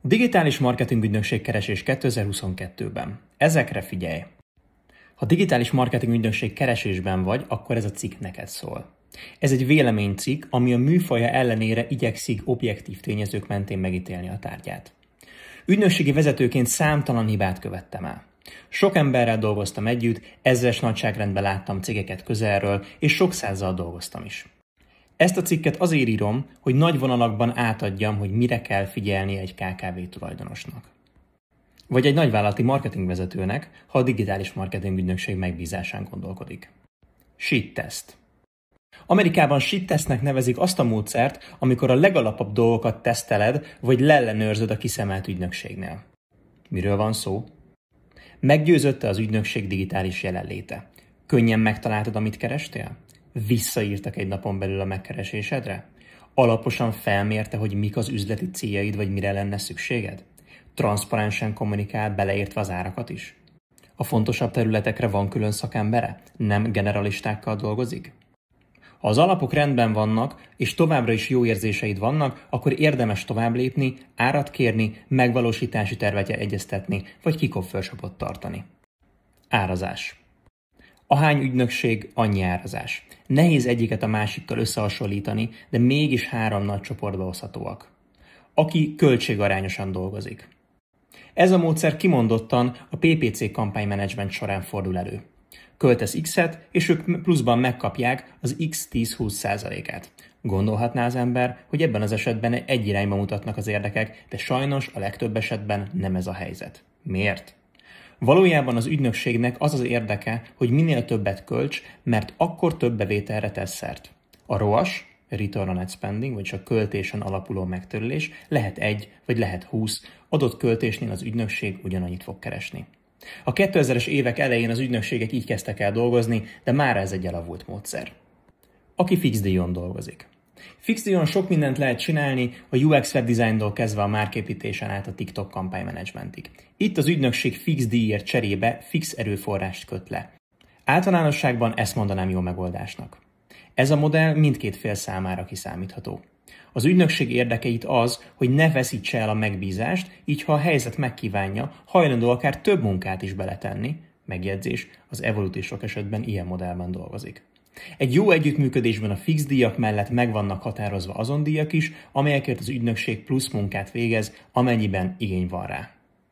Digitális marketing ügynökség keresés 2022-ben. Ezekre figyelj! Ha digitális marketing ügynökség keresésben vagy, akkor ez a cikk neked szól. Ez egy véleménycikk, ami a műfaja ellenére igyekszik objektív tényezők mentén megítélni a tárgyát. Ügynökségi vezetőként számtalan hibát követtem el. Sok emberrel dolgoztam együtt, ezres nagyságrendben láttam cégeket közelről, és sok százzal dolgoztam is. Ezt a cikket azért írom, hogy nagy vonalakban átadjam, hogy mire kell figyelni egy KKV tulajdonosnak. Vagy egy nagyvállalati marketingvezetőnek, ha a digitális marketing ügynökség megbízásán gondolkodik. Sheet test. Amerikában sheet testnek nevezik azt a módszert, amikor a legalapabb dolgokat teszteled, vagy leellenőrzöd a kiszemelt ügynökségnél. Miről van szó? Meggyőzötte az ügynökség digitális jelenléte. Könnyen megtaláltad, amit kerestél? Visszaírtak egy napon belül a megkeresésedre? Alaposan felmérte, hogy mik az üzleti céljaid, vagy mire lenne szükséged? Transzparensen kommunikál, beleértve az árakat is? A fontosabb területekre van külön szakembere? Nem generalistákkal dolgozik? Ha az alapok rendben vannak, és továbbra is jó érzéseid vannak, akkor érdemes tovább lépni, árat kérni, megvalósítási tervet egyeztetni, vagy kick-off workshopot tartani. Árazás. Ahány ügynökség, annyi árazás. Nehéz egyiket a másikkal összehasonlítani, de mégis 3 nagy csoportba oszthatóak. Aki költségarányosan dolgozik. Ez a módszer kimondottan a PPC kampánymenedzsment során fordul elő. Költesz X-et, és ők pluszban megkapják az X 10-20%-át. Gondolhatná az ember, hogy ebben az esetben egy irányba mutatnak az érdekek, de sajnos a legtöbb esetben nem ez a helyzet. Miért? Valójában az ügynökségnek az az érdeke, hogy minél többet költs, mert akkor több bevételre tesz szert. A ROAS, Return on Ad Spending, vagyis a költésen alapuló megtérülés lehet 1 vagy lehet 20, adott költésnél az ügynökség ugyanannyit fog keresni. A 2000-es évek elején az ügynökségek így kezdtek el dolgozni, de mára ez egy elavult módszer. Aki fix díjon dolgozik. Fix díjon sok mindent lehet csinálni, a UX webdesigntól kezdve a márképítésen át a TikTok kampánymanagementig. Itt az ügynökség fix díjért cserébe fix erőforrást köt le. Általánosságban ezt mondanám jó megoldásnak. Ez a modell mindkét fél számára kiszámítható. Az ügynökség érdekeit az, hogy ne veszítse el a megbízást, így ha a helyzet megkívánja, hajlandó akár több munkát is beletenni, megjegyzés, az Evolut is sok esetben ilyen modellben dolgozik. Egy jó együttműködésben a fix díjak mellett meg vannak határozva azon díjak is, amelyekért az ügynökség plusz munkát végez, amennyiben igény van rá.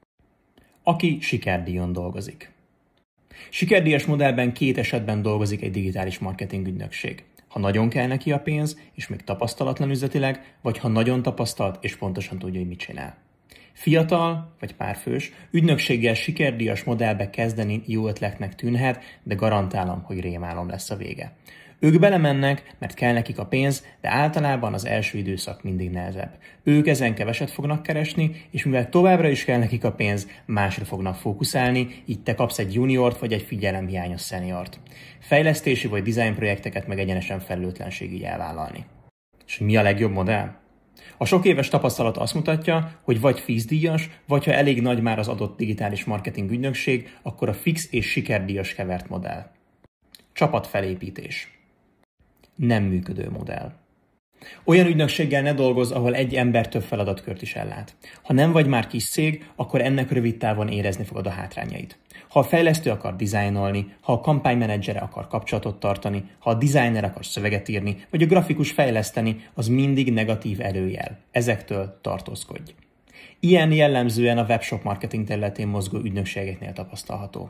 Aki sikerdíjon dolgozik. Sikerdíjas modellben 2 esetben dolgozik egy digitális marketing ügynökség. Ha nagyon kell neki a pénz, és még tapasztalatlan üzletileg, vagy ha nagyon tapasztalt, és pontosan tudja, hogy mit csinál. Fiatal, vagy párfős, ügynökséggel sikerdíjas modellbe kezdeni jó ötletnek tűnhet, de garantálom, hogy rémálom lesz a vége. Ők belemennek, mert kell nekik a pénz, de általában az első időszak mindig nehezebb. Ők ezen keveset fognak keresni, és mivel továbbra is kell nekik a pénz, másra fognak fókuszálni, így te kapsz egy juniort vagy egy figyelemhiányos szeniort. Fejlesztési vagy design projekteket meg egyenesen felelőtlenségig elvállalni. És mi a legjobb modell? A sok éves tapasztalat azt mutatja, hogy vagy fix díjas, vagy ha elég nagy már az adott digitális marketing ügynökség, akkor a fix és sikerdíjas kevert modell. Csapatfelépítés. Nem működő modell. Olyan ügynökséggel ne dolgozz, ahol egy ember több feladatkört is ellát. Ha nem vagy már kis cég, akkor ennek rövid távon érezni fogod a hátrányait. Ha a fejlesztő akar dizájnolni, ha a kampánymenedzsere akar kapcsolatot tartani, ha a designer akar szöveget írni, vagy a grafikus fejleszteni, az mindig negatív előjel. Ezektől tartózkodj. Ilyen jellemzően a webshop marketing területén mozgó ügynökségeknél tapasztalható.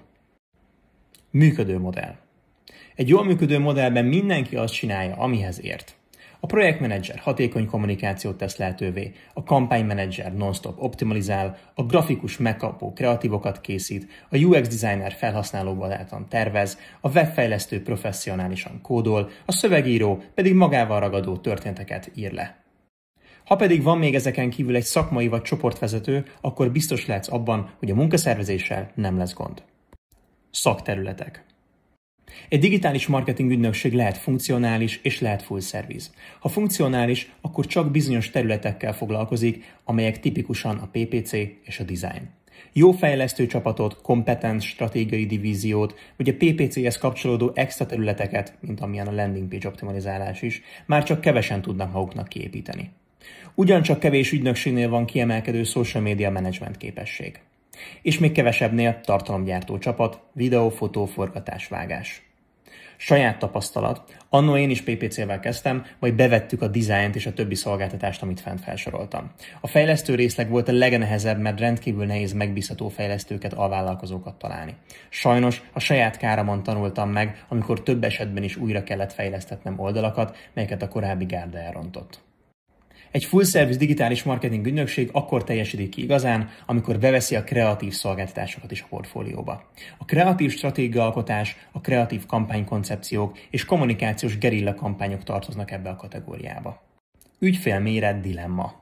Működő modell. Egy jól működő modellben mindenki azt csinálja, amihez ért. A projektmenedzser hatékony kommunikációt tesz lehetővé, a kampánymenedzser non-stop optimalizál, a grafikus megkapó kreatívokat készít, a UX designer felhasználóbarátan tervez, a webfejlesztő professzionálisan kódol, a szövegíró pedig magával ragadó történeteket ír le. Ha pedig van még ezeken kívül egy szakmai vagy csoportvezető, akkor biztos lehetsz abban, hogy a munkaszervezéssel nem lesz gond. Szakterületek. Egy digitális marketing ügynökség lehet funkcionális és lehet full service. Ha funkcionális, akkor csak bizonyos területekkel foglalkozik, amelyek tipikusan a PPC és a design. Jó fejlesztő csapatot, kompetens stratégiai divíziót, vagy a PPC-hez kapcsolódó extra területeket, mint amilyen a landing page optimalizálás is, már csak kevesen tudnak maguknak kiépíteni. Ugyancsak kevés ügynökségnél van kiemelkedő social media management képesség. És még kevesebbnél tartalomgyártó csapat, videó, fotó, forgatás, vágás. Saját tapasztalat, annó én is PPC-vel kezdtem, majd bevettük a dizájnt és a többi szolgáltatást, amit fent felsoroltam. A fejlesztő részleg volt a legnehezebb, mert rendkívül nehéz megbízható fejlesztőket, alvállalkozókat találni. Sajnos a saját káramon tanultam meg, amikor több esetben is újra kellett fejlesztetnem oldalakat, melyeket a korábbi gárda elrontott. Egy full-service digitális marketing ügynökség akkor teljesítik ki igazán, amikor beveszi a kreatív szolgáltatásokat is a portfólióba. A kreatív stratégiaalkotás, a kreatív kampánykoncepciók és kommunikációs gerilla kampányok tartoznak ebbe a kategóriába. Ügyfélméret dilemma.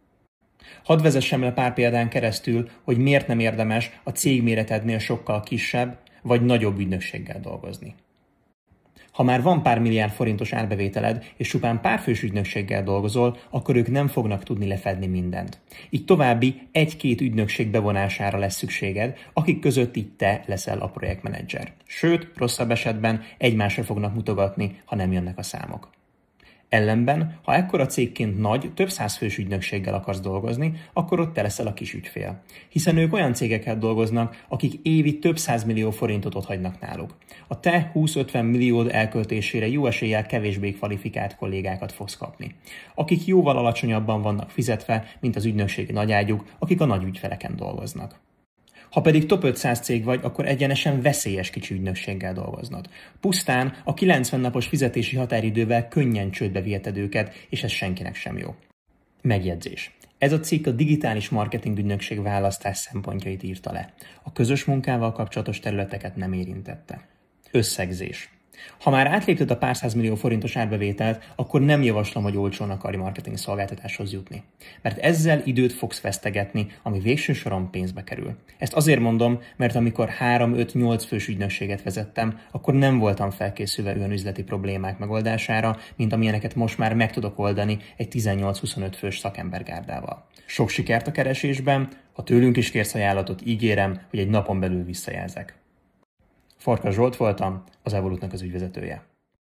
Hadd vezessem le pár példán keresztül, hogy miért nem érdemes a cégméretednél sokkal kisebb vagy nagyobb ügynökséggel dolgozni. Ha már van pár milliárd forintos árbevételed, és csupán pár fős ügynökséggel dolgozol, akkor ők nem fognak tudni lefedni mindent. Így további 1-2 ügynökség bevonására lesz szükséged, akik között így te leszel a projektmenedzser. Sőt, rosszabb esetben egymásra fognak mutogatni, ha nem jönnek a számok. Ellenben, ha ekkora cégként nagy, több száz fős ügynökséggel akarsz dolgozni, akkor ott te leszel a kis ügyfél. Hiszen ők olyan cégekkel dolgoznak, akik évi több 100 millió forintot otthagynak náluk. A te 20-50 milliód elköltésére jó eséllyel kevésbé kvalifikált kollégákat fogsz kapni, akik jóval alacsonyabban vannak fizetve, mint az ügynökségi nagyágyuk, akik a nagy ügyfeleken dolgoznak. Ha pedig top 500 cég vagy, akkor egyenesen veszélyes kicsi ügynökséggel dolgoznod. Pusztán a 90 napos fizetési határidővel könnyen csődbe viheted őket, és ez senkinek sem jó. Megjegyzés. Ez a cikk a digitális marketing ügynökség választás szempontjait írta le. A közös munkával kapcsolatos területeket nem érintette. Összegzés. Ha már átlépted a pár 100 millió forintos árbevételt, akkor nem javaslom, hogy olcsón akarj marketing szolgáltatáshoz jutni. Mert ezzel időt fogsz vesztegetni, ami végső soron pénzbe kerül. Ezt azért mondom, mert amikor 3-5-8 fős ügynökséget vezettem, akkor nem voltam felkészülve olyan üzleti problémák megoldására, mint amilyeneket most már meg tudok oldani egy 18-25 fős szakembergárdával. Sok sikert a keresésben, ha tőlünk is kérsz ajánlatot, ígérem, hogy egy napon belül visszajelzek. Farkas Zsolt voltam, az Evolutnak az ügyvezetője.